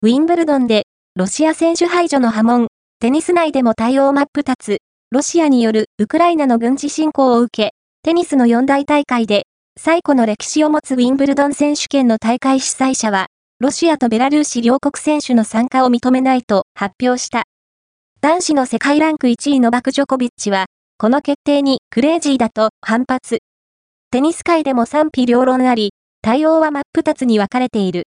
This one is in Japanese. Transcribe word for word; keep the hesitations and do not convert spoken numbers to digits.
ウィンブルドンで、ロシア選手排除の波紋、テニス内でも対応真っ二つ、ロシアによるウクライナの軍事侵攻を受け、テニスの四大大会で、最古の歴史を持つウィンブルドン選手権の大会主催者は、ロシアとベラルーシ両国選手の参加を認めないと発表した。男子の世界ランクいちいノバク・ジョコビッチは、この決定にクレイジーだと反発。テニス界でも賛否両論あり、対応は真っ二つに分かれている。